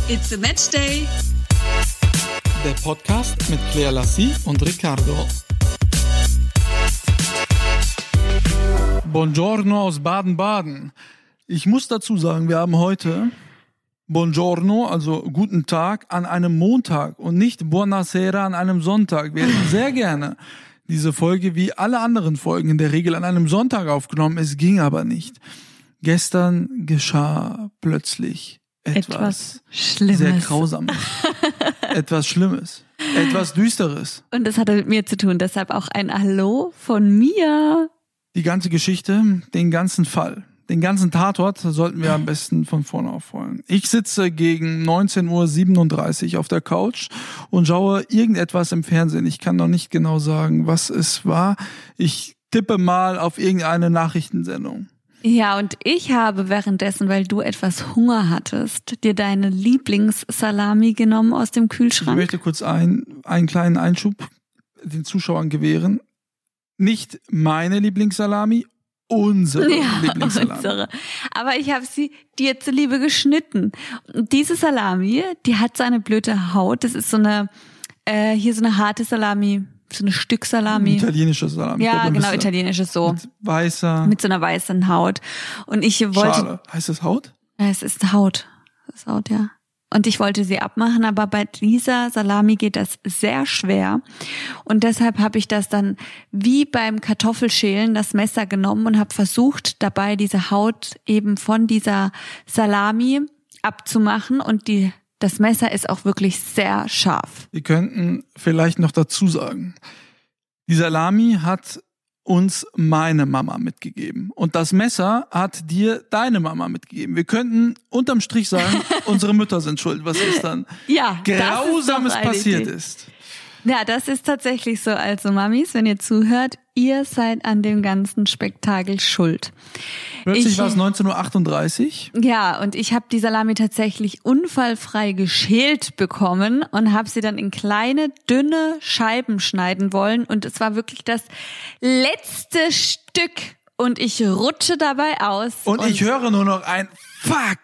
It's a Match Day. Der Podcast mit Claire Lassie und Riccardo. Buongiorno aus Baden-Baden. Ich muss dazu sagen, wir haben heute Buongiorno, also guten Tag, an einem Montag und nicht Buonasera an einem Sonntag. Wir hätten sehr gerne diese Folge wie alle anderen Folgen in der Regel an einem Sonntag aufgenommen. Es ging aber nicht. Gestern geschah plötzlich etwas Schlimmes. Sehr Grausames. Etwas Schlimmes. Etwas Düsteres. Und das hatte mit mir zu tun, deshalb auch ein Hallo von mir. Die ganze Geschichte, den ganzen Fall, den ganzen Tatort sollten wir am besten von vorne aufrollen. Ich sitze gegen 19:37 Uhr auf der Couch und schaue irgendetwas im Fernsehen. Ich kann noch nicht genau sagen, was es war. Ich tippe mal auf irgendeine Nachrichtensendung. Ja, und ich habe währenddessen, weil du etwas Hunger hattest, dir deine Lieblingssalami genommen aus dem Kühlschrank. Ich möchte kurz einen kleinen Einschub den Zuschauern gewähren. Nicht meine Lieblingssalami, unsere Lieblingssalami. Unsere. Aber ich habe sie dir zuliebe geschnitten. Und diese Salami, die hat so eine blöde Haut. Das ist so eine, hier so eine harte Salami. So eine Stücksalami. Italienische Salami. Ja, genau, italienisches so. Mit so einer weißen Haut. Und ich wollte. Schale. Heißt das Haut? Ja, es ist Haut. Das ist Haut, ja. Und ich wollte sie abmachen, aber bei dieser Salami geht das sehr schwer. Und deshalb habe ich das dann wie beim Kartoffelschälen das Messer genommen und habe versucht, dabei diese Haut eben von dieser Salami abzumachen. Und das Messer ist auch wirklich sehr scharf. Wir könnten vielleicht noch dazu sagen, die Salami hat uns meine Mama mitgegeben. Und das Messer hat dir deine Mama mitgegeben. Wir könnten unterm Strich sagen, unsere Mütter sind schuld, was gestern Grausames passiert ist. Ja, das ist tatsächlich so. Also Mamis, wenn ihr zuhört, ihr seid an dem ganzen Spektakel schuld. Plötzlich war es 19:38 Uhr. Ja, und ich habe die Salami tatsächlich unfallfrei geschält bekommen und habe sie dann in kleine, dünne Scheiben schneiden wollen. Und es war wirklich das letzte Stück. Und ich rutsche dabei aus. Und ich höre nur noch ein Fuck,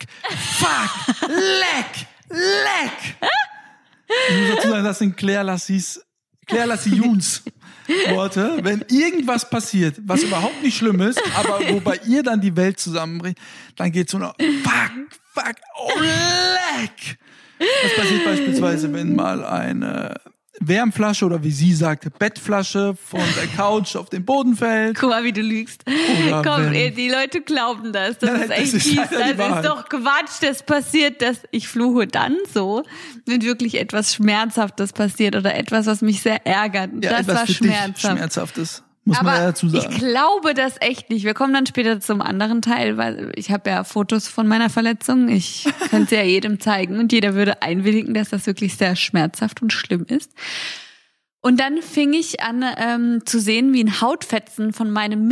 leck. Ich muss dazu sagen, das sind Claire Lassie Juns Worte. Wenn irgendwas passiert, was überhaupt nicht schlimm ist, aber wo bei ihr dann die Welt zusammenbricht, dann geht's so noch fuck, oh leck. Das passiert beispielsweise, wenn mal eine Wärmflasche oder wie sie sagt, Bettflasche von der Couch auf den Boden fällt. Guck mal, wie du lügst. Komm, die Leute glauben das. Das ist echt fies. Das ist doch Quatsch. Das passiert, ich fluche dann so, wenn wirklich etwas Schmerzhaftes passiert oder etwas, was mich sehr ärgert. Ja, das war Schmerzhaftes. Muss man ja dazu sagen. Ich glaube das echt nicht. Wir kommen dann später zum anderen Teil, weil ich habe ja Fotos von meiner Verletzung. Ich könnte sie ja jedem zeigen und jeder würde einwilligen, dass das wirklich sehr schmerzhaft und schlimm ist. Und dann fing ich an zu sehen, wie ein Hautfetzen von meinem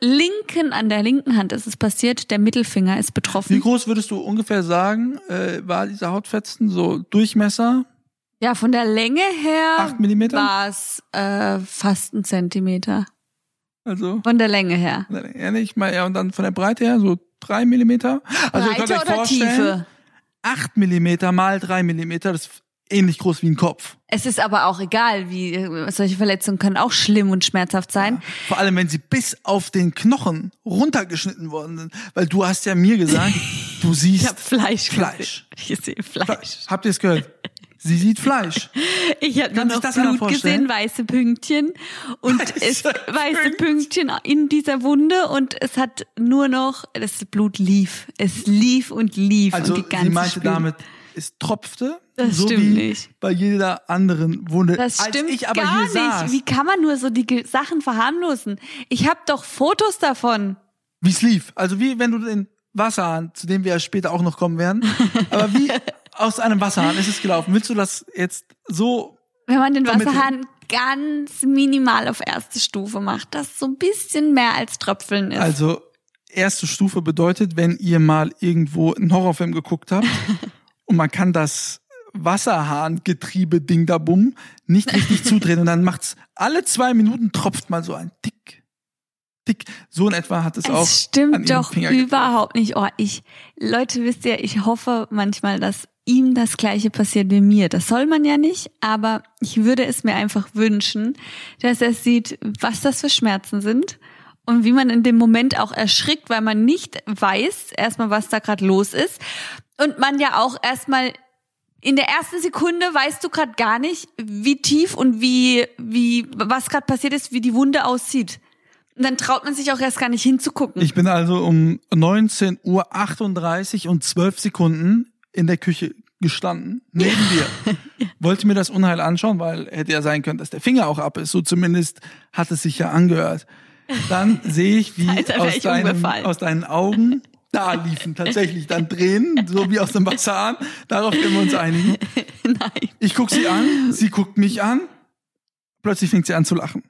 an der linken Hand ist es passiert. Der Mittelfinger ist betroffen. Wie groß würdest du ungefähr sagen, war dieser Hautfetzen? So Durchmesser? Ja, von der Länge her 8 Millimeter? War es fast 1 Zentimeter. Also von der Länge her. Ja, nicht mal, ja, und dann von der Breite her so 3 Millimeter. Also Breite ihr könnt euch oder vorstellen, Tiefe? 8 Millimeter mal 3 Millimeter, das ist ähnlich groß wie ein Kopf. Es ist aber auch egal, solche Verletzungen können auch schlimm und schmerzhaft sein. Ja, vor allem, wenn sie bis auf den Knochen runtergeschnitten worden sind. Weil du hast ja mir gesagt, du siehst ich hab Fleisch. Ich sehe Fleisch. Habt ihr es gehört? Sie sieht Fleisch. Ich habe nur noch Blut gesehen, weiße Pünktchen und weiße Pünktchen in dieser Wunde und es hat nur noch, das Blut lief. Es lief und lief. Also und die ganze sie meinte damit, es tropfte. Das so stimmt wie nicht. Bei jeder anderen Wunde. Das stimmt als ich aber gar hier nicht. Saß, Wie kann man nur so die Sachen verharmlosen? Ich habe doch Fotos davon. Wie es lief. Also wie wenn du den Wasserhahn, zu dem wir ja später auch noch kommen werden, aber wie aus einem Wasserhahn ist es gelaufen. Willst du das jetzt so Wenn man den vermitteln? Wasserhahn ganz minimal auf erste Stufe macht, das so ein bisschen mehr als Tröpfeln ist. Also erste Stufe bedeutet, wenn ihr mal irgendwo einen Horrorfilm geguckt habt und man kann das Wasserhahngetriebe-Ding da bumm nicht richtig zudrehen und dann macht's alle 2 Minuten tropft mal so ein Tick. So in etwa hat es auch. Es stimmt an ihrem doch Finger überhaupt nicht. Oh, Leute, wisst ihr, ich hoffe manchmal, dass ihm das Gleiche passiert wie mir. Das soll man ja nicht, aber ich würde es mir einfach wünschen, dass er sieht, was das für Schmerzen sind und wie man in dem Moment auch erschrickt, weil man nicht weiß, erstmal, was da gerade los ist. Und man ja auch erstmal in der ersten Sekunde weißt du gerade gar nicht, wie tief und wie was gerade passiert ist, wie die Wunde aussieht. Und dann traut man sich auch erst gar nicht hinzugucken. Ich bin also um 19:38 Uhr und 12 Sekunden in der Küche gestanden, neben dir. Wollte mir das Unheil anschauen, weil hätte ja sein können, dass der Finger auch ab ist. So zumindest hat es sich ja angehört. Dann sehe ich, wie aus deinen Augen da liefen tatsächlich dann Tränen, so wie aus dem Basar. Darauf können wir uns einigen. Nein. Ich gucke sie an, sie guckt mich an. Plötzlich fängt sie an zu lachen.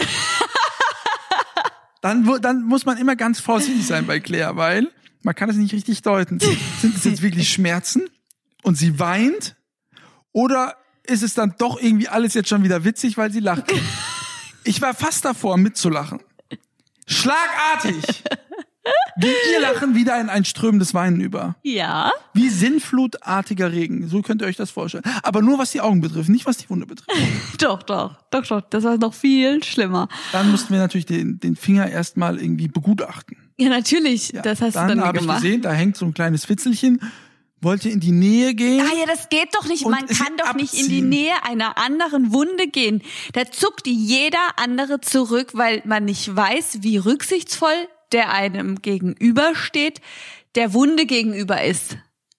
Dann muss man immer ganz vorsichtig sein bei Claire, weil man kann es nicht richtig deuten. Sind es jetzt wirklich Schmerzen und sie weint? Oder ist es dann doch irgendwie alles jetzt schon wieder witzig, weil sie lacht? Ich war fast davor, mitzulachen. Schlagartig ging ihr Lachen wieder in ein strömendes Weinen über. Ja. Wie sinnflutartiger Regen, so könnt ihr euch das vorstellen. Aber nur was die Augen betrifft, nicht was die Wunde betrifft. Doch. Das war noch viel schlimmer. Dann mussten wir natürlich den Finger erstmal irgendwie begutachten. Ja, natürlich. Ja, das hast du dann gemacht. Dann habe ich gesehen, da hängt so ein kleines Fitzelchen, wollte in die Nähe gehen. Ah ja, das geht doch nicht. Man kann doch nicht in die Nähe einer anderen Wunde gehen. Da zuckt jeder andere zurück, weil man nicht weiß, wie rücksichtsvoll der einem gegenübersteht, der Wunde gegenüber ist.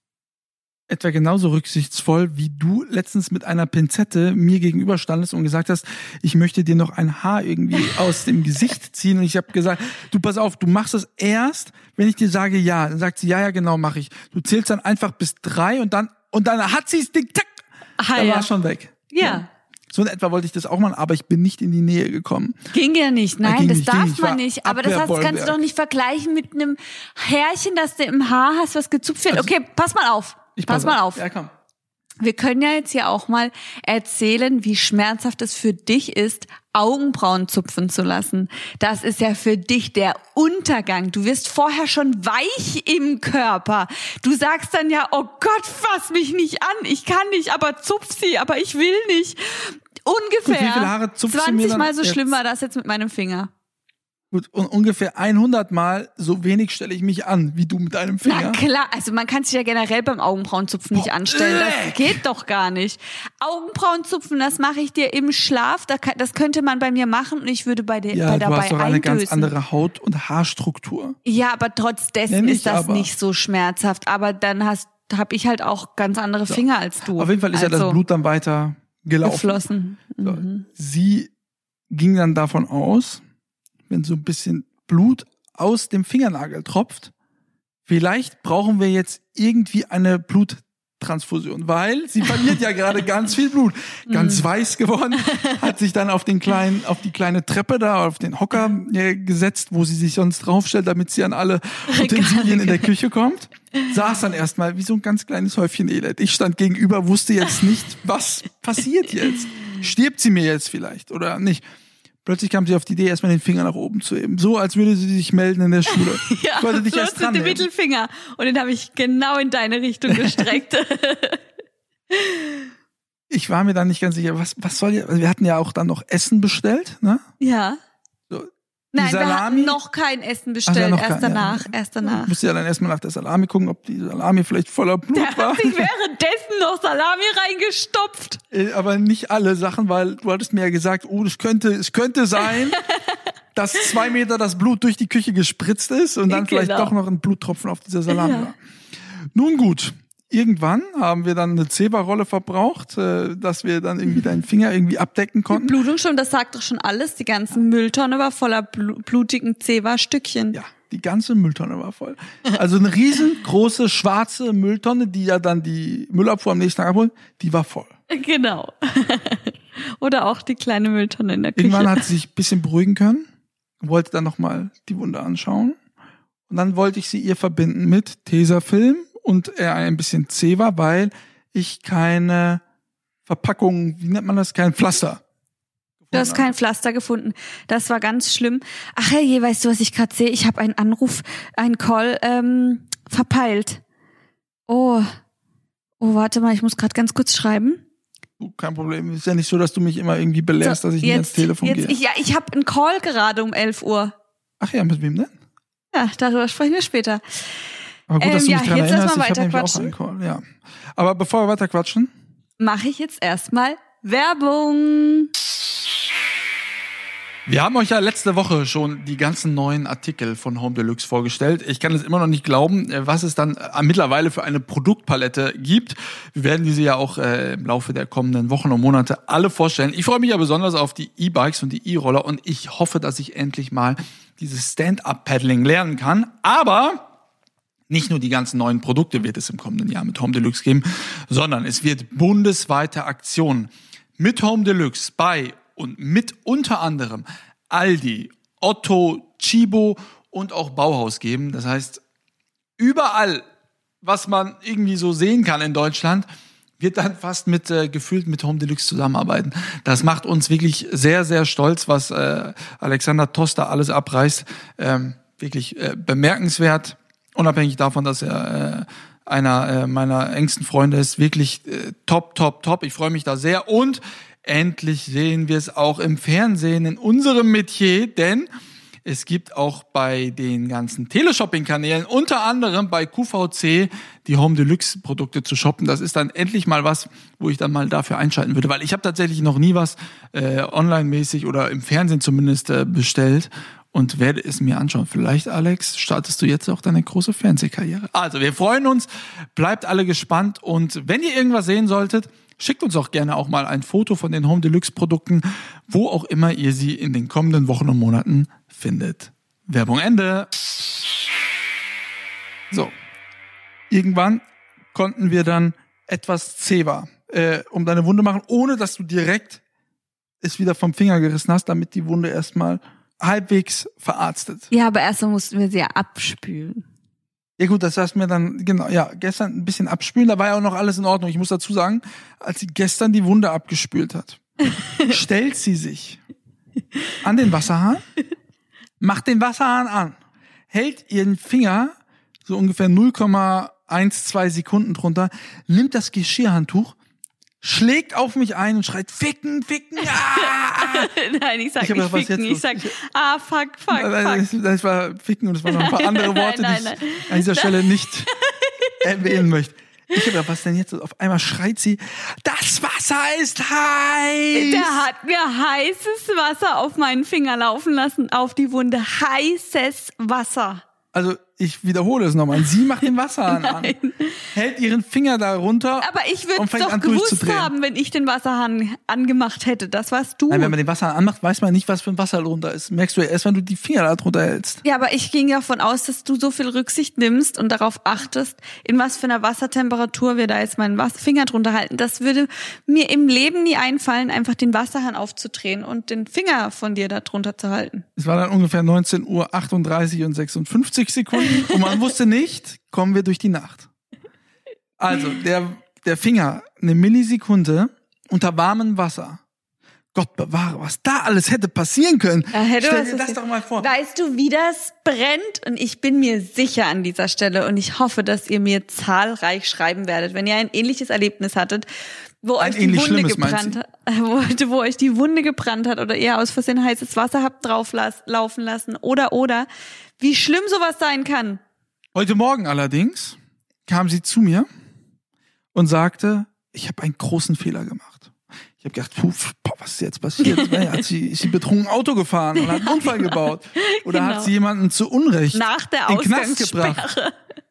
Etwa genauso rücksichtsvoll, wie du letztens mit einer Pinzette mir gegenüber standest und gesagt hast, ich möchte dir noch ein Haar irgendwie aus dem Gesicht ziehen. Und ich habe gesagt, du pass auf, du machst es erst, wenn ich dir sage ja. Dann sagt sie, ja, genau, mache ich. Du zählst dann einfach bis 3 und dann hat sie es, tick, dann war es schon weg. Ja. So in etwa wollte ich das auch machen, aber ich bin nicht in die Nähe gekommen. Ging ja nicht, nein, das darf man nicht. Aber das Abwehrbollwerk. kannst du doch nicht vergleichen mit einem Härchen, das du im Haar hast, was gezupft wird. Also, okay, pass mal auf. Pass mal auf. Ja, komm. Wir können ja jetzt hier auch mal erzählen, wie schmerzhaft es für dich ist, Augenbrauen zupfen zu lassen. Das ist ja für dich der Untergang. Du wirst vorher schon weich im Körper. Du sagst dann ja, oh Gott, fass mich nicht an. Ich kann nicht, aber zupf sie, aber ich will nicht. Ungefähr Gut, wie viele Haare zupfst 20 du mir dann Mal so jetzt? schlimm war das jetzt mit meinem Finger. Gut, und ungefähr 100 Mal so wenig stelle ich mich an, wie du mit deinem Finger. Na klar, also man kann sich ja generell beim Augenbrauenzupfen nicht anstellen. Das geht doch gar nicht. Augenbrauenzupfen, das mache ich dir im Schlaf. Das könnte man bei mir machen und ich würde bei du dabei hast doch eine ganz eindösen. andere Haut- und Haarstruktur. Ja, aber trotz dessen Nenn ist das aber. nicht so schmerzhaft. Aber dann habe ich halt auch ganz andere Finger als du. Auf jeden Fall ist ja das Blut dann weiter gelaufen. geflossen. So. Mhm. Sie ging dann davon aus, wenn so ein bisschen Blut aus dem Fingernagel tropft, vielleicht brauchen wir jetzt irgendwie eine Bluttransfusion, weil sie verliert ja gerade ganz viel Blut. Ganz weiß geworden, hat sich dann auf die kleine Treppe da, auf den Hocker gesetzt, wo sie sich sonst draufstellt, damit sie an alle Utensilien in der Küche kommt. Saß dann erstmal wie so ein ganz kleines Häufchen Elend. Ich stand gegenüber, wusste jetzt nicht, was passiert jetzt. Stirbt sie mir jetzt vielleicht oder nicht? Plötzlich kam sie auf die Idee, erstmal den Finger nach oben zu heben. So, als würde sie sich melden in der Schule. Ja, ich wollte dich so erst mit dem dran Mittelfinger. Und den habe ich genau in deine Richtung gestreckt. Ich war mir dann nicht ganz sicher, was soll ihr, wir hatten ja auch dann noch Essen bestellt, ne? Ja. So, Nein, Salami, wir hatten noch kein Essen bestellt. noch Erst kein- danach. ja. Erst danach. Musste ja dann erstmal nach der Salami gucken, ob die Salami vielleicht voller Blut Der war. hat sich währenddessen noch Salami reingestopft. Aber nicht alle Sachen, weil du hattest mir ja gesagt, es könnte sein, dass 2 Meter das Blut durch die Küche gespritzt ist und dann vielleicht Genau. doch noch ein Bluttropfen auf dieser Salami Ja. war. Nun gut, irgendwann haben wir dann eine Zewa-Rolle verbraucht, dass wir dann irgendwie deinen Finger irgendwie abdecken konnten. Blutung schon, das sagt doch schon alles. Die ganze Mülltonne war voller blutigen Zewa-Stückchen. Ja, die ganze Mülltonne war voll. Also eine riesengroße schwarze Mülltonne, die ja dann die Müllabfuhr am nächsten Tag abholt, die war voll. Genau. Oder auch die kleine Mülltonne in der Küche. Irgendwann hat sie sich ein bisschen beruhigen können, wollte dann nochmal die Wunde anschauen. Und dann wollte ich sie ihr verbinden mit Tesafilm und ein bisschen Zewa, weil ich keine Verpackung, wie nennt man das, kein Pflaster. Du hast kein Pflaster gefunden. Das war ganz schlimm. Ach hey, weißt du, was ich gerade sehe? Ich habe einen Anruf, einen Call verpeilt. Oh Oh, warte mal, ich muss gerade ganz kurz schreiben. Kein Problem. Ist ja nicht so, dass du mich immer irgendwie belehrst, dass ich nicht ans Telefon gehe. Ich habe einen Call gerade um 11 Uhr. Ach ja, mit wem denn? Ja, darüber sprechen wir später. Aber gut, dass du mich daran jetzt erinnerst, lass mal ich habe nämlich auch einen Call. Ja. Aber bevor wir weiter quatschen, mache ich jetzt erstmal Werbung. wir haben euch ja letzte Woche schon die ganzen neuen Artikel von Home Deluxe vorgestellt. Ich kann es immer noch nicht glauben, was es dann mittlerweile für eine Produktpalette gibt. Wir werden diese ja auch im Laufe der kommenden Wochen und Monate alle vorstellen. Ich freue mich ja besonders auf die E-Bikes und die E-Roller und ich hoffe, dass ich endlich mal dieses Stand-Up-Paddling lernen kann. Aber nicht nur die ganzen neuen Produkte wird es im kommenden Jahr mit Home Deluxe geben, sondern es wird bundesweite Aktionen mit Home Deluxe bei und mit unter anderem Aldi, Otto, Chibo und auch Bauhaus geben. Das heißt, überall, was man irgendwie so sehen kann in Deutschland, wird dann fast gefühlt mit Home Deluxe zusammenarbeiten. Das macht uns wirklich sehr, sehr stolz, was Alexander Toster alles abreißt. Wirklich bemerkenswert, unabhängig davon, dass er einer meiner engsten Freunde ist. Wirklich top, top, top. Ich freue mich da sehr und endlich sehen wir es auch im Fernsehen in unserem Metier, denn es gibt auch bei den ganzen Teleshopping-Kanälen, unter anderem bei QVC, die Home Deluxe Produkte zu shoppen. Das ist dann endlich mal was, wo ich dann mal dafür einschalten würde, weil ich habe tatsächlich noch nie was online-mäßig oder im Fernsehen zumindest bestellt und werde es mir anschauen. Vielleicht, Alex, startest du jetzt auch deine große Fernsehkarriere. Also, wir freuen uns, bleibt alle gespannt und wenn ihr irgendwas sehen solltet, schickt uns auch gerne auch mal ein Foto von den Home Deluxe Produkten, wo auch immer ihr sie in den kommenden Wochen und Monaten findet. Werbung Ende. So. Irgendwann konnten wir dann etwas Zewa um deine Wunde machen, ohne dass du direkt es wieder vom Finger gerissen hast, damit die Wunde erstmal halbwegs verarztet. Ja, aber erstmal mussten wir sie ja abspülen. Ja gut, das hast mir dann, genau, ja, gestern ein bisschen abspülen, da war ja auch noch alles in Ordnung. Ich muss dazu sagen, als sie gestern die Wunde abgespült hat, stellt sie sich an den Wasserhahn, macht den Wasserhahn an, hält ihren Finger so ungefähr 0,12 Sekunden drunter, nimmt das Geschirrhandtuch, schlägt auf mich ein und schreit, ficken, ficken, ah! Nein, ich sag nicht ficken, ich sag, fuck. Das war ficken und es waren noch ein paar andere Worte, die ich an dieser Stelle nicht erwähnen möchte. Ich habe gedacht, was denn jetzt? Auf einmal schreit sie, das Wasser ist heiß! Der hat mir heißes Wasser auf meinen Finger laufen lassen, auf die Wunde. Heißes Wasser. Also, ich wiederhole es nochmal. Sie macht den Wasserhahn an, hält ihren Finger da runter aber ich würde und es fängt doch an gewusst durchzudrehen. haben, wenn ich den Wasserhahn angemacht hätte. Das warst du. Nein, wenn man den Wasserhahn anmacht, weiß man nicht, was für ein Wasser drunter ist. Merkst du ja erst, wenn du die Finger da drunter hältst. Ja, aber ich ging davon aus, dass du so viel Rücksicht nimmst und darauf achtest, in was für einer Wassertemperatur wir da jetzt meinen Finger drunter halten. Das würde mir im Leben nie einfallen, einfach den Wasserhahn aufzudrehen und den Finger von dir da drunter zu halten. Es war dann ungefähr 19:38 und 56 Sekunden und man wusste nicht, kommen wir durch die Nacht. Also, der Finger, eine Millisekunde unter warmem Wasser. Gott bewahre, was da alles hätte passieren können. Stell dir das doch mal vor. Weißt du, wie das brennt? Und ich bin mir sicher an dieser Stelle und ich hoffe, dass ihr mir zahlreich schreiben werdet, wenn ihr ein ähnliches Erlebnis hattet, wo euch die Wunde gebrannt hat, wo euch die Wunde gebrannt hat oder ihr aus Versehen heißes Wasser habt drauf laufen lassen oder wie schlimm sowas sein kann. Heute Morgen allerdings kam sie zu mir und sagte, ich habe einen großen Fehler gemacht. Ich habe gedacht, was ist jetzt passiert? Ist sie betrunken Auto gefahren und hat einen Unfall gebaut? Oder genau. Hat sie jemanden zu Unrecht nach der in den Knast Ausgangssperre gebracht?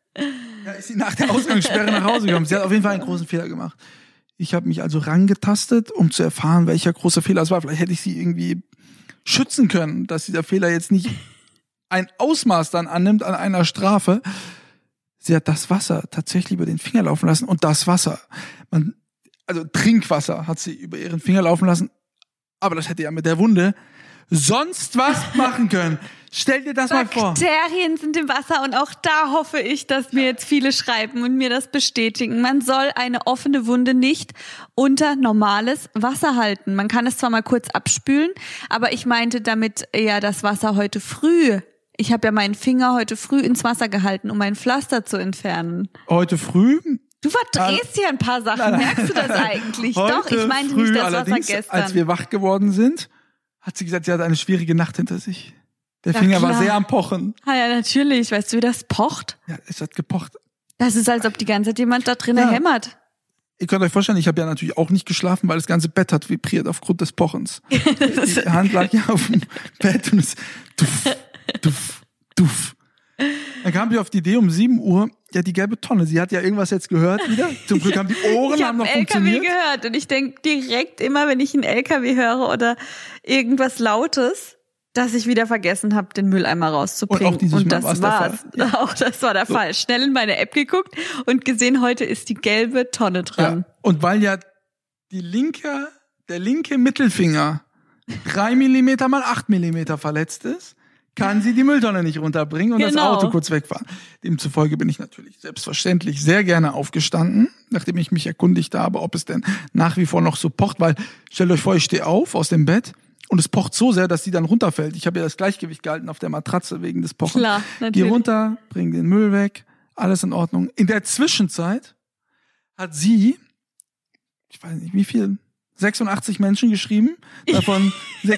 Ja, ist sie nach der Ausgangssperre nach Hause gekommen. Sie hat auf jeden Fall einen großen Fehler gemacht. Ich habe mich also rangetastet, um zu erfahren, welcher große Fehler es war. Vielleicht hätte ich sie irgendwie schützen können, dass dieser Fehler jetzt nicht ein Ausmaß dann annimmt an einer Strafe. Sie hat das Wasser tatsächlich über den Finger laufen lassen und das Wasser, also Trinkwasser hat sie über ihren Finger laufen lassen, aber das hätte ja mit der Wunde sonst was machen können. Stell dir das mal vor. Bakterien sind im Wasser und auch da hoffe ich, dass mir jetzt viele schreiben und mir das bestätigen. Man soll eine offene Wunde nicht unter normales Wasser halten. Man kann es zwar mal kurz abspülen, aber ich meinte damit ja das Wasser heute früh. Ich habe ja meinen Finger heute früh ins Wasser gehalten, um mein Pflaster zu entfernen. Heute früh Du verdrehst hier ein paar Sachen, merkst du das eigentlich? Heute Doch, ich meinte früh, nicht das Wasser allerdings, gestern. als wir wach geworden sind, hat sie gesagt, sie hat eine schwierige Nacht hinter sich. Der Finger war sehr am Pochen. Ah ja, natürlich. Weißt du, wie das pocht? Ja, es hat gepocht. Das ist, als ob die ganze Zeit jemand da drinnen hämmert. Ihr könnt euch vorstellen, ich habe ja natürlich auch nicht geschlafen, weil das ganze Bett hat vibriert aufgrund des Pochens. Die Hand lag ja auf dem Bett und es duff, duff, duff. Dann kam sie auf die Idee um 7 Uhr, ja, die gelbe Tonne, sie hat ja irgendwas jetzt gehört wieder. Zum Glück haben die Ohren haben noch funktioniert. Ich habe LKW gehört und ich denke direkt immer, wenn ich einen LKW höre oder irgendwas Lautes, dass ich wieder vergessen habe, den Mülleimer rauszubringen. Und auch dieses und Mal das war's. Ja. Auch das war der Fall. Schnell in meine App geguckt und gesehen, heute ist die gelbe Tonne dran. Ja. Und weil ja der linke Mittelfinger 3 Millimeter mal 8 Millimeter verletzt ist, kann sie die Mülltonne nicht runterbringen und das Auto kurz wegfahren. Demzufolge bin ich natürlich selbstverständlich sehr gerne aufgestanden, nachdem ich mich erkundigt habe, ob es denn nach wie vor noch so pocht, weil stellt euch vor, ich stehe auf aus dem Bett und es pocht so sehr, dass sie dann runterfällt. Ich habe ja das Gleichgewicht gehalten auf der Matratze wegen des Pochens. Klar, natürlich. Geh runter, bring den Müll weg, alles in Ordnung. In der Zwischenzeit hat sie, ich weiß nicht wie viel, 86 Menschen geschrieben, davon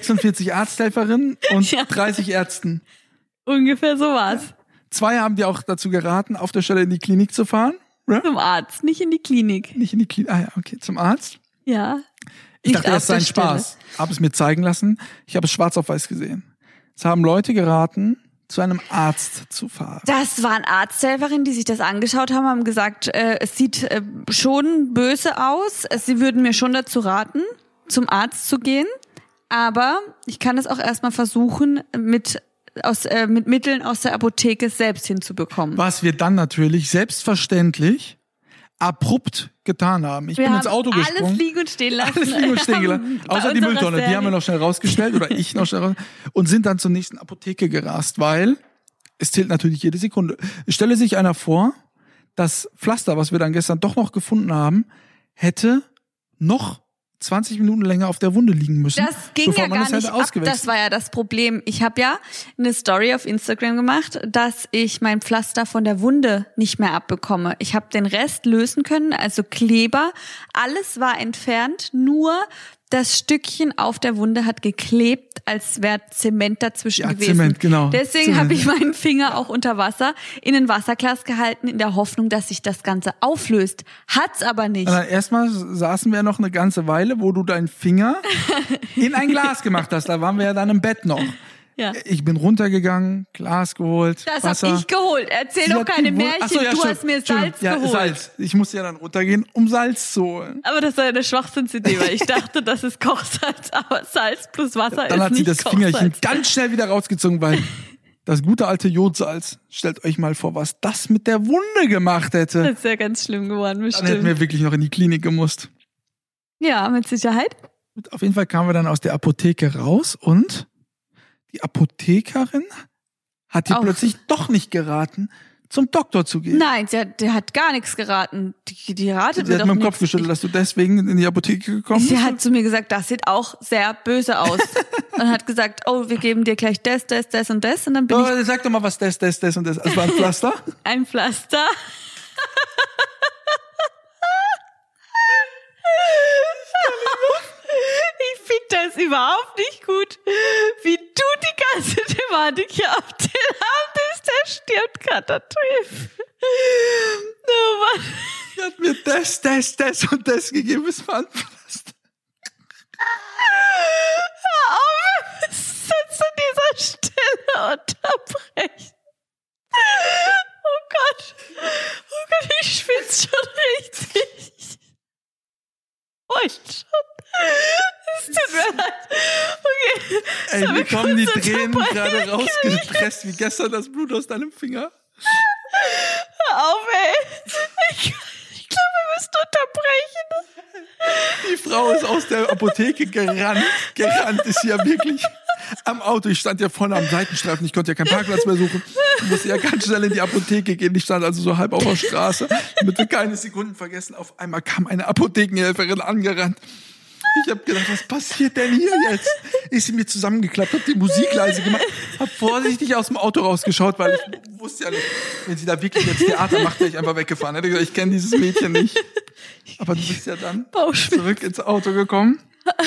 46 Arzthelferinnen und 30 Ärzten. Ungefähr so war's. 2 haben dir auch dazu geraten, auf der Stelle in die Klinik zu fahren. Ja? Zum Arzt, nicht in die Klinik. Nicht in die Klinik, ah ja, okay, zum Arzt. Ja. Ich dachte, das sei ein Spaß. Habe es mir zeigen lassen. Ich habe es schwarz auf weiß gesehen. Es haben Leute geraten, zu einem Arzt zu fahren. Das waren Arzthelferinnen, die sich das angeschaut haben gesagt, es sieht schon böse aus. Sie würden mir schon dazu raten, zum Arzt zu gehen. Aber ich kann es auch erstmal versuchen, mit Mitteln aus der Apotheke selbst hinzubekommen. Was wir dann natürlich selbstverständlich abrupt getan haben. Ich bin ins Auto gesprungen. Alles liegen und stehen lassen. Alles liegen und stehen gelassen. Außer die Mülltonne, die haben wir noch schnell rausgestellt oder ich noch schnell raus und sind dann zur nächsten Apotheke gerast, weil es zählt natürlich jede Sekunde. Es stelle sich einer vor, das Pflaster, was wir dann gestern doch noch gefunden haben, hätte noch 20 Minuten länger auf der Wunde liegen müssen. Das ging ja gar nicht ab. Das war ja das Problem. Ich habe ja eine Story auf Instagram gemacht, dass ich mein Pflaster von der Wunde nicht mehr abbekomme. Ich habe den Rest lösen können, also Kleber. Alles war entfernt, nur das Stückchen auf der Wunde hat geklebt, als wäre Zement dazwischen gewesen. Zement, genau. Deswegen habe ich meinen Finger auch unter Wasser in ein Wasserglas gehalten, in der Hoffnung, dass sich das Ganze auflöst. Hat's aber nicht. Erstmal saßen wir noch eine ganze Weile, wo du deinen Finger in ein Glas gemacht hast. Da waren wir ja dann im Bett noch. Ja. Ich bin runtergegangen, Glas geholt, Das Wasser. hab ich geholt. Erzähl doch keine Märchen. Ach so, ja, du stimmt, hast mir Salz ja, geholt. Salz. Ich musste ja dann runtergehen, um Salz zu holen. Aber das war eine Schwachsinnsidee, weil ich dachte, das ist Kochsalz, aber Salz plus Wasser ist nicht Kochsalz. Dann hat sie das Fingerchen ganz schnell wieder rausgezogen, weil das gute alte Jodsalz, stellt euch mal vor, was das mit der Wunde gemacht hätte. Das ist ja ganz schlimm geworden, bestimmt. Dann hätten wir wirklich noch in die Klinik gemusst. Ja, mit Sicherheit. Und auf jeden Fall kamen wir dann aus der Apotheke raus und die Apothekerin hat dir plötzlich doch nicht geraten, zum Doktor zu gehen. Nein, der hat gar nichts geraten. Die ratet mir doch nichts. Sie hat mit dem Kopf geschüttelt, dass du deswegen in die Apotheke gekommen bist. Sie hat zu mir gesagt, das sieht auch sehr böse aus. Und hat gesagt, oh, wir geben dir gleich das und das. Und dann bin ich... Sag doch mal, was das und das. Also war ein Pflaster? Ein Pflaster. Ich finde das überhaupt nicht gut, wie du die ganze Thematik hier auf den Abend ist. Der stirbt gerade, der Typ. Oh Mann. Sie hat mir das und das gegeben. Es war ein Pflaster. Hör auf, wir müssen uns an dieser Stelle unterbrechen. Oh Gott, ich schwitze schon richtig. Und schon. Es tut mir leid. Okay. Ey, mir kommen die Tränen gerade rausgepresst, wie gestern das Blut aus deinem Finger. Hör auf, ey. Ich glaube, wir müssen unterbrechen. Die Frau ist aus der Apotheke gerannt ist ja wirklich am Auto. Ich stand ja vorne am Seitenstreifen, ich konnte ja keinen Parkplatz mehr suchen. Ich musste ja ganz schnell in die Apotheke gehen. Ich stand also so halb auf der Straße. Bitte keine Sekunden vergessen, auf einmal kam eine Apothekenhelferin angerannt. Ich habe gedacht, was passiert denn hier jetzt? Ist sie mir zusammengeklappt, hab die Musik leise gemacht, hab vorsichtig aus dem Auto rausgeschaut, weil ich wusste ja nicht, wenn sie da wirklich jetzt Theater macht, wäre ich einfach weggefahren. Hätte gesagt, ich kenne dieses Mädchen nicht. Aber du bist ja dann zurück ins Auto gekommen.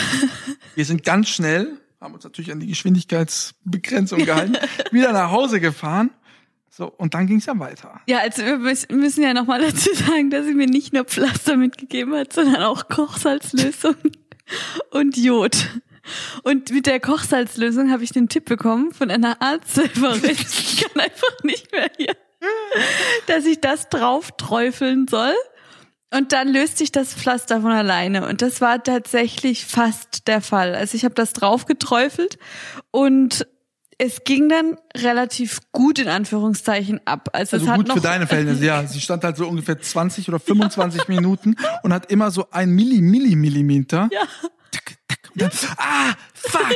Wir sind ganz schnell, haben uns natürlich an die Geschwindigkeitsbegrenzung gehalten, wieder nach Hause gefahren. So, und dann ging es ja weiter. Ja, also wir müssen ja nochmal dazu sagen, dass sie mir nicht nur Pflaster mitgegeben hat, sondern auch Kochsalzlösung und Jod. Und mit der Kochsalzlösung habe ich den Tipp bekommen von einer Arzthelferin, ich kann einfach nicht mehr hier, dass ich das drauf träufeln soll. Und dann löst sich das Pflaster von alleine. Und das war tatsächlich fast der Fall. Also ich habe das drauf geträufelt und es ging dann relativ gut in Anführungszeichen ab. Also es hat gut noch für deine Verhältnisse, ja. Sie stand halt so ungefähr 20 oder 25 Minuten und hat immer so ein Millimeter. Ja. Tack, tack, und dann, fuck,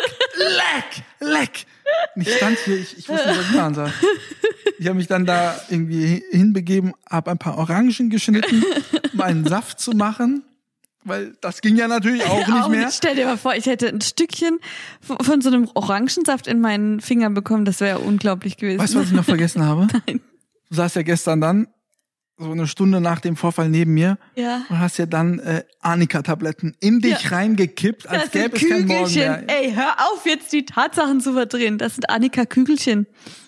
leck. Und ich stand hier, ich wusste nicht, was ich machen soll. Ich habe mich dann da irgendwie hinbegeben, habe ein paar Orangen geschnitten, um einen Saft zu machen. Weil das ging ja natürlich auch nicht mehr. Stell dir mal vor, ich hätte ein Stückchen von so einem Orangensaft in meinen Finger bekommen. Das wäre ja unglaublich gewesen. Weißt du, was ich noch vergessen habe? Nein. Du saßt ja gestern dann, so eine Stunde nach dem Vorfall neben mir. Ja. Und hast ja dann Arnika-Tabletten in dich reingekippt, als gäbe es kein Morgen mehr. Ey, hör auf, jetzt die Tatsachen zu verdrehen. Das sind Arnika-Kügelchen.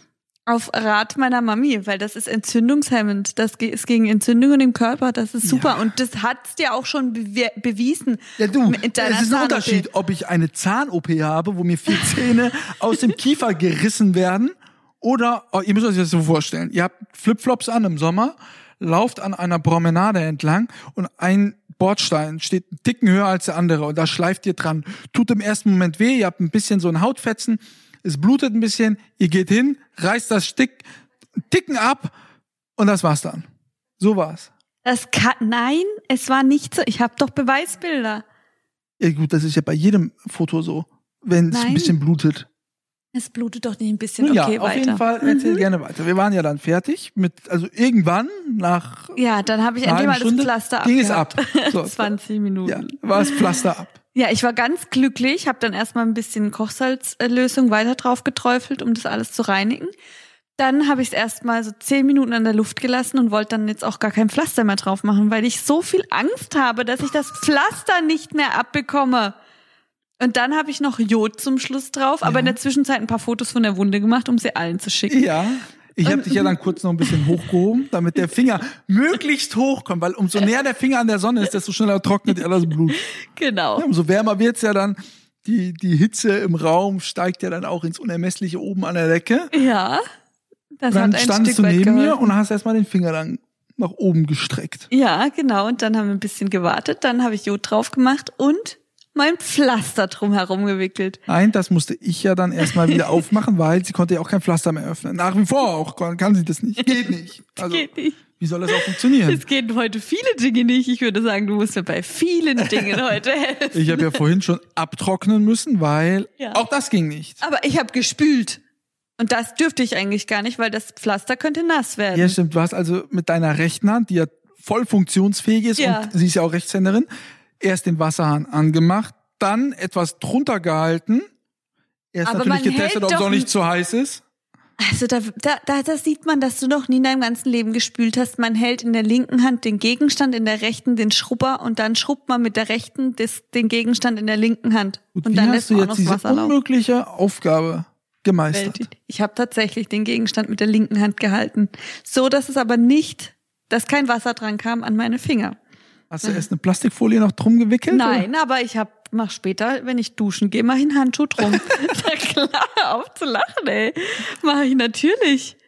Auf Rat meiner Mami, weil das ist entzündungshemmend. Das ist gegen Entzündungen im Körper, das ist super. Ja. Und das hat's dir auch schon bewiesen. Ja, du, es ist ein Unterschied, ob ich eine Zahn-OP habe, wo mir 4 Zähne aus dem Kiefer gerissen werden, oder, ihr müsst euch das so vorstellen, ihr habt Flipflops an im Sommer, lauft an einer Promenade entlang und ein Bordstein steht einen Ticken höher als der andere und da schleift ihr dran. Tut im ersten Moment weh, ihr habt ein bisschen so ein Hautfetzen, es blutet ein bisschen, ihr geht hin, reißt das Ticken ab und das war's dann. So war's. Nein, es war nicht so. Ich habe doch Beweisbilder. Ja gut, das ist ja bei jedem Foto so, wenn es ein bisschen blutet. Es blutet doch nicht ein bisschen, ja, okay, auf weiter. jeden Fall, erzähl gerne weiter. Wir waren ja dann fertig also irgendwann nach ja, dann habe ich endlich mal das Pflaster ging es ab. So. 20 Minuten. Ja, war das Pflaster ab. Ja, ich war ganz glücklich, habe dann erstmal ein bisschen Kochsalzlösung weiter drauf geträufelt, um das alles zu reinigen. Dann habe ich es erstmal so 10 Minuten an der Luft gelassen und wollte dann jetzt auch gar kein Pflaster mehr drauf machen, weil ich so viel Angst habe, dass ich das Pflaster nicht mehr abbekomme. Und dann habe ich noch Jod zum Schluss drauf, aber in der Zwischenzeit ein paar Fotos von der Wunde gemacht, um sie allen zu schicken. Ja, ich habe dich ja dann kurz noch ein bisschen hochgehoben, damit der Finger möglichst hoch kommt, weil umso näher der Finger an der Sonne ist, desto schneller trocknet ja das Blut. Genau. Ja, umso wärmer wird's ja dann. Die Hitze im Raum steigt ja dann auch ins Unermessliche oben an der Decke. Ja, das dann hat ein standst Stück du neben geholfen. mir und hast erstmal den Finger dann nach oben gestreckt. Ja, genau. Und dann haben wir ein bisschen gewartet. Dann habe ich Jod drauf gemacht und mein Pflaster drumherum gewickelt. Nein, das musste ich ja dann erstmal wieder aufmachen, weil sie konnte ja auch kein Pflaster mehr öffnen. Nach wie vor auch kann sie das nicht. Geht nicht. Also, geht nicht. Wie soll das auch funktionieren? Es gehen heute viele Dinge nicht. Ich würde sagen, du musst mir bei vielen Dingen heute helfen. Ich habe ja vorhin schon abtrocknen müssen, weil auch das ging nicht. Aber ich habe gespült. Und das dürfte ich eigentlich gar nicht, weil das Pflaster könnte nass werden. Ja, stimmt. Du hast also mit deiner rechten Hand, die ja voll funktionsfähig ist und sie ist ja auch Rechtshänderin, erst den Wasserhahn angemacht, dann etwas drunter gehalten, erst aber natürlich getestet, ob es auch nicht zu heiß ist. Also da sieht man, dass du noch nie in deinem ganzen Leben gespült hast. Man hält in der linken Hand den Gegenstand, in der rechten den Schrubber und dann schrubbt man mit der rechten den Gegenstand in der linken Hand. Und dann wie lässt hast du man auch jetzt noch diese Wasser laufen. unmögliche Aufgabe gemeistert? Ich habe tatsächlich den Gegenstand mit der linken Hand gehalten. So, dass es aber dass kein Wasser dran kam an meine Finger. Hast du erst eine Plastikfolie noch drum gewickelt? Nein, oder? Aber ich mach später, wenn ich duschen gehe, mach ich einen Handschuh drum. Na klar, auf zu lachen, ey. Mach ich natürlich.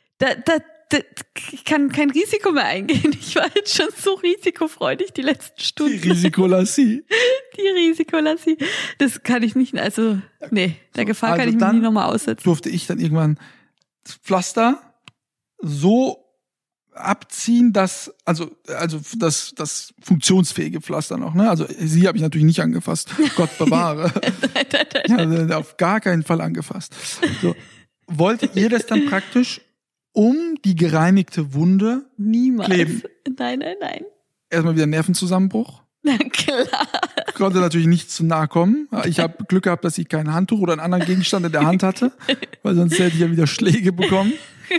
Ich kann kein Risiko mehr eingehen. Ich war jetzt schon so risikofreudig die letzten Stunden. Die Risikolassie. Die Risikolassie. Das kann ich nicht, der Gefahr kann ich mich nie nochmal aussetzen. Durfte ich dann irgendwann das Pflaster so abziehen, dass das funktionsfähige Pflaster noch, ne? Also sie habe ich natürlich nicht angefasst. Gott bewahre. Nein. Ja, auf gar keinen Fall angefasst. So. Wolltet ihr das dann praktisch um die gereinigte Wunde niemals kleben? Nein. Erstmal wieder Nervenzusammenbruch. Na klar. Ich konnte natürlich nicht zu nahe kommen. Ich habe Glück gehabt, dass ich kein Handtuch oder einen anderen Gegenstand in der Hand hatte, weil sonst hätte ich ja wieder Schläge bekommen.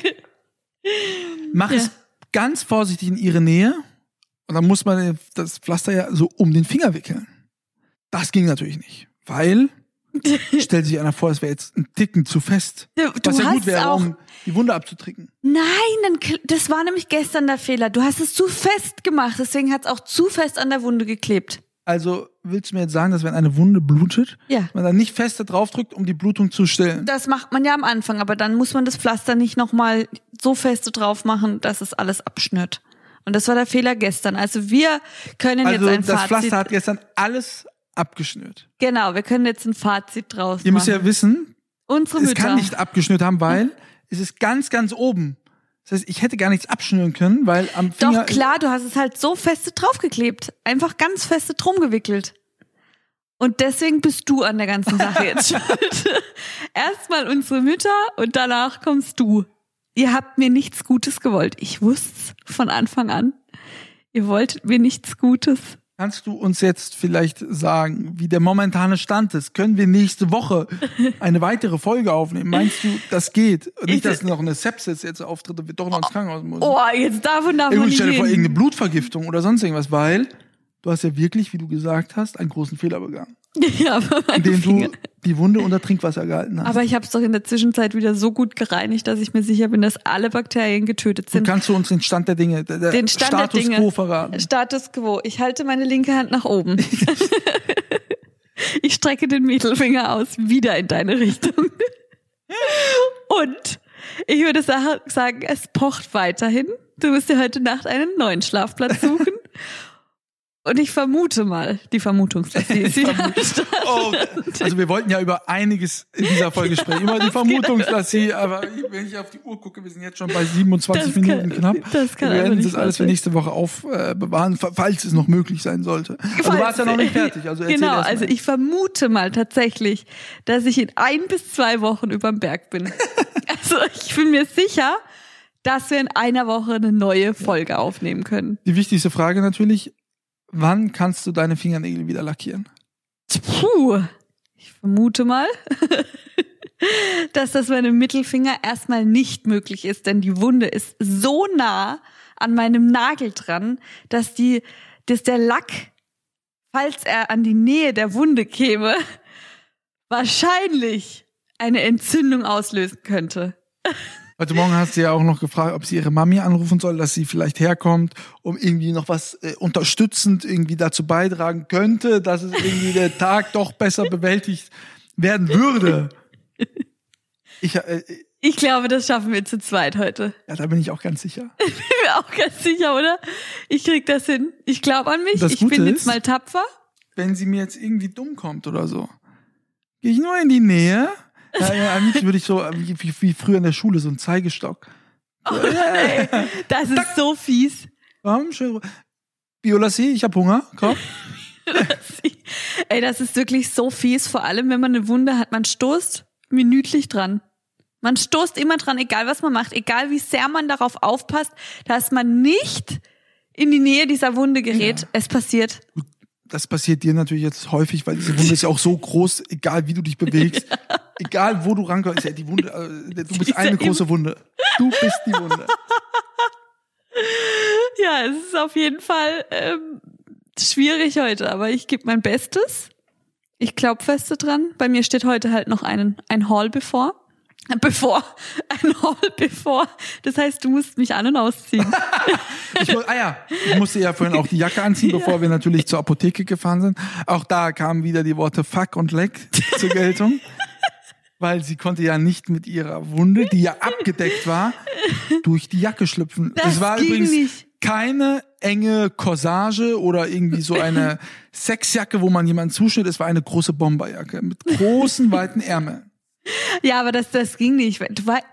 Mach es ganz vorsichtig in ihre Nähe und dann muss man das Pflaster ja so um den Finger wickeln. Das ging natürlich nicht, weil stellt sich einer vor, es wäre jetzt ein Ticken zu fest. Was ja gut wäre, um die Wunde abzutricken. Nein, das war nämlich gestern der Fehler. Du hast es zu fest gemacht, deswegen hat es auch zu fest an der Wunde geklebt. Also willst du mir jetzt sagen, dass wenn eine Wunde blutet, man dann nicht fester draufdrückt, um die Blutung zu stillen? Das macht man ja am Anfang, aber dann muss man das Pflaster nicht nochmal so feste drauf machen, dass es alles abschnürt. Und das war der Fehler gestern. Also wir können jetzt ein Fazit... Also das Pflaster hat gestern alles abgeschnürt. Genau, wir können jetzt ein Fazit draus machen. Ihr müsst ja wissen, unsere Mütter. Es kann nicht abgeschnürt haben, weil es ist ganz, ganz oben. Das heißt, ich hätte gar nichts abschnüren können, weil am Finger... Doch klar, du hast es halt so feste draufgeklebt. Einfach ganz feste drum gewickelt. Und deswegen bist du an der ganzen Sache jetzt schuld. Erstmal unsere Mütter und danach kommst du. Ihr habt mir nichts Gutes gewollt. Ich wusste es von Anfang an. Ihr wolltet mir nichts Gutes. Kannst du uns jetzt vielleicht sagen, wie der momentane Stand ist? Können wir nächste Woche eine weitere Folge aufnehmen? Meinst du, das geht? Nicht, dass noch eine Sepsis jetzt auftritt und wir doch noch ins Krankenhaus müssen. Oh, jetzt davon darf man nicht stell dir vor, reden. irgendeine Blutvergiftung oder sonst irgendwas, weil du hast ja wirklich, wie du gesagt hast, einen großen Fehler begangen. Ja, aber indem du die Wunde unter Trinkwasser gehalten hast. Aber ich habe es doch in der Zwischenzeit wieder so gut gereinigt, dass ich mir sicher bin, dass alle Bakterien getötet sind. Kannst du uns den Stand der Dinge, den Status quo verraten? Status quo. Ich halte meine linke Hand nach oben. Ich strecke den Mittelfinger aus, wieder in deine Richtung. Und ich würde sagen, es pocht weiterhin. Du musst dir heute Nacht einen neuen Schlafplatz suchen. Und ich vermute mal, die Vermutungslassie ist wieder am Start. Oh, also wir wollten ja über einiges in dieser Folge sprechen, über die Vermutungslassie, aber wenn ich auf die Uhr gucke, wir sind jetzt schon bei 27 Minuten knapp. Das kann wir werden das alles für nächste Woche aufbewahren, falls es noch möglich sein sollte. Also du warst ja noch nicht fertig. Also genau, also ich vermute mal tatsächlich, dass ich in 1 bis 2 Wochen überm Berg bin. Also ich bin mir sicher, dass wir in einer Woche eine neue Folge aufnehmen können. Die wichtigste Frage natürlich: Wann kannst du deine Fingernägel wieder lackieren? Puh, ich vermute mal, dass das bei einem Mittelfinger erstmal nicht möglich ist, denn die Wunde ist so nah an meinem Nagel dran, dass der Lack, falls er an die Nähe der Wunde käme, wahrscheinlich eine Entzündung auslösen könnte. Heute Morgen hast du ja auch noch gefragt, ob sie ihre Mami anrufen soll, dass sie vielleicht herkommt, um irgendwie noch was unterstützend irgendwie dazu beitragen könnte, dass es irgendwie der Tag doch besser bewältigt werden würde. Ich glaube, das schaffen wir zu zweit heute. Ja, da bin ich auch ganz sicher. Ich bin mir auch ganz sicher, oder? Ich krieg das hin. Ich glaube an mich. Ich bin jetzt mal tapfer. Wenn sie mir jetzt irgendwie dumm kommt oder so, gehe ich nur in die Nähe. Ja, am liebsten würde ich so, wie früher in der Schule, so einen Zeigestock. Oh, ey, das ist so fies. Komm, schön. Biolassie, ich hab Hunger, komm. Ey, das ist wirklich so fies. Vor allem, wenn man eine Wunde hat, man stoßt minütlich dran. Man stoßt immer dran, egal was man macht, egal wie sehr man darauf aufpasst, dass man nicht in die Nähe dieser Wunde gerät. Ja. Es passiert. Das passiert dir natürlich jetzt häufig, weil diese Wunde ist ja auch so groß, egal wie du dich bewegst. Ja. Egal, wo du rankommst, ja, die Wunde, du bist eine große Wunde. Du bist die Wunde. Ja, es ist auf jeden Fall schwierig heute, aber ich gebe mein Bestes. Ich glaube feste dran. Bei mir steht heute halt noch ein Haul bevor. Ein Haul bevor. Das heißt, du musst mich an- und ausziehen. Ich musste ja vorhin auch die Jacke anziehen, bevor wir natürlich zur Apotheke gefahren sind. Auch da kamen wieder die Worte Fuck und Leck zur Geltung. Weil sie konnte ja nicht mit ihrer Wunde, die ja abgedeckt war, durch die Jacke schlüpfen. Das war ging übrigens nicht. Keine enge Corsage oder irgendwie so eine Sexjacke, wo man jemanden zuschnitt. Es war eine große Bomberjacke mit großen, weiten Ärmeln. Ja, aber das ging nicht.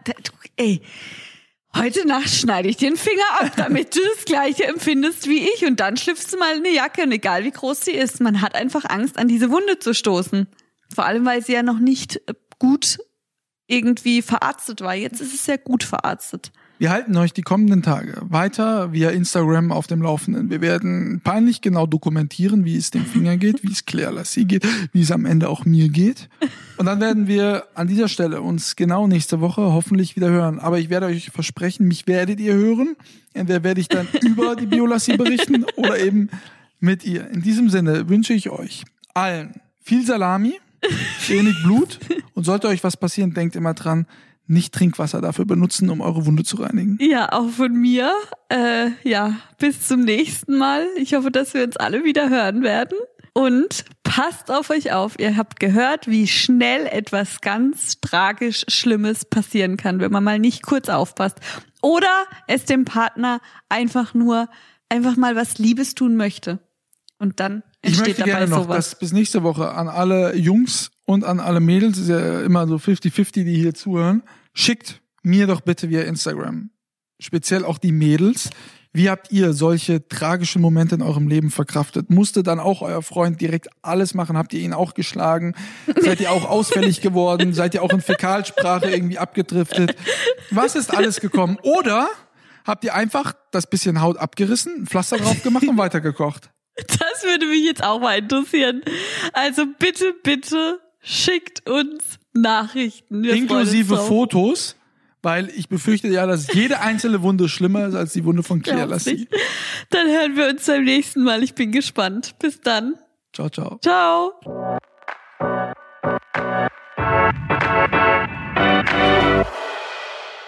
Heute Nacht schneide ich den Finger ab, damit du das Gleiche empfindest wie ich. Und dann schlüpfst du mal eine Jacke, und egal wie groß sie ist. Man hat einfach Angst, an diese Wunde zu stoßen. Vor allem, weil sie ja noch nicht gut irgendwie verarztet war. Jetzt ist es ja gut verarztet. Wir halten euch die kommenden Tage weiter via Instagram auf dem Laufenden. Wir werden peinlich genau dokumentieren, wie es dem Finger geht, wie es Claire Lassie geht, wie es am Ende auch mir geht. Und dann werden wir an dieser Stelle uns genau nächste Woche hoffentlich wieder hören. Aber ich werde euch versprechen, mich werdet ihr hören. Entweder werde ich dann über die Biolassie berichten oder eben mit ihr. In diesem Sinne wünsche ich euch allen viel Salami, wenig Blut und sollte euch was passieren, denkt immer dran, nicht Trinkwasser dafür benutzen, um eure Wunde zu reinigen. Ja, auch von mir. Bis zum nächsten Mal. Ich hoffe, dass wir uns alle wieder hören werden. Und passt auf euch auf. Ihr habt gehört, wie schnell etwas ganz tragisch Schlimmes passieren kann, wenn man mal nicht kurz aufpasst. Oder es dem Partner einfach mal was Liebes tun möchte. Und dann entsteht dabei gerne noch, sowas. dass bis nächste Woche an alle Jungs und an alle Mädels, ist ja immer so 50-50, die hier zuhören, schickt mir doch bitte via Instagram, speziell auch die Mädels, wie habt ihr solche tragischen Momente in eurem Leben verkraftet? Musste dann auch euer Freund direkt alles machen? Habt ihr ihn auch geschlagen? Seid ihr auch ausfällig geworden? Seid ihr auch in Fäkalsprache irgendwie abgedriftet? Was ist alles gekommen? Oder habt ihr einfach das bisschen Haut abgerissen, ein Pflaster drauf gemacht und weitergekocht? Das würde mich jetzt auch mal interessieren. Also bitte, bitte schickt uns Nachrichten. Wir inklusive Fotos, weil ich befürchte ja, dass jede einzelne Wunde schlimmer ist als die Wunde von Claire Lassie. Dann hören wir uns beim nächsten Mal. Ich bin gespannt. Bis dann. Ciao, ciao. Ciao.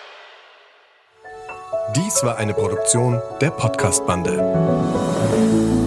Dies war eine Produktion der Podcast-Bande.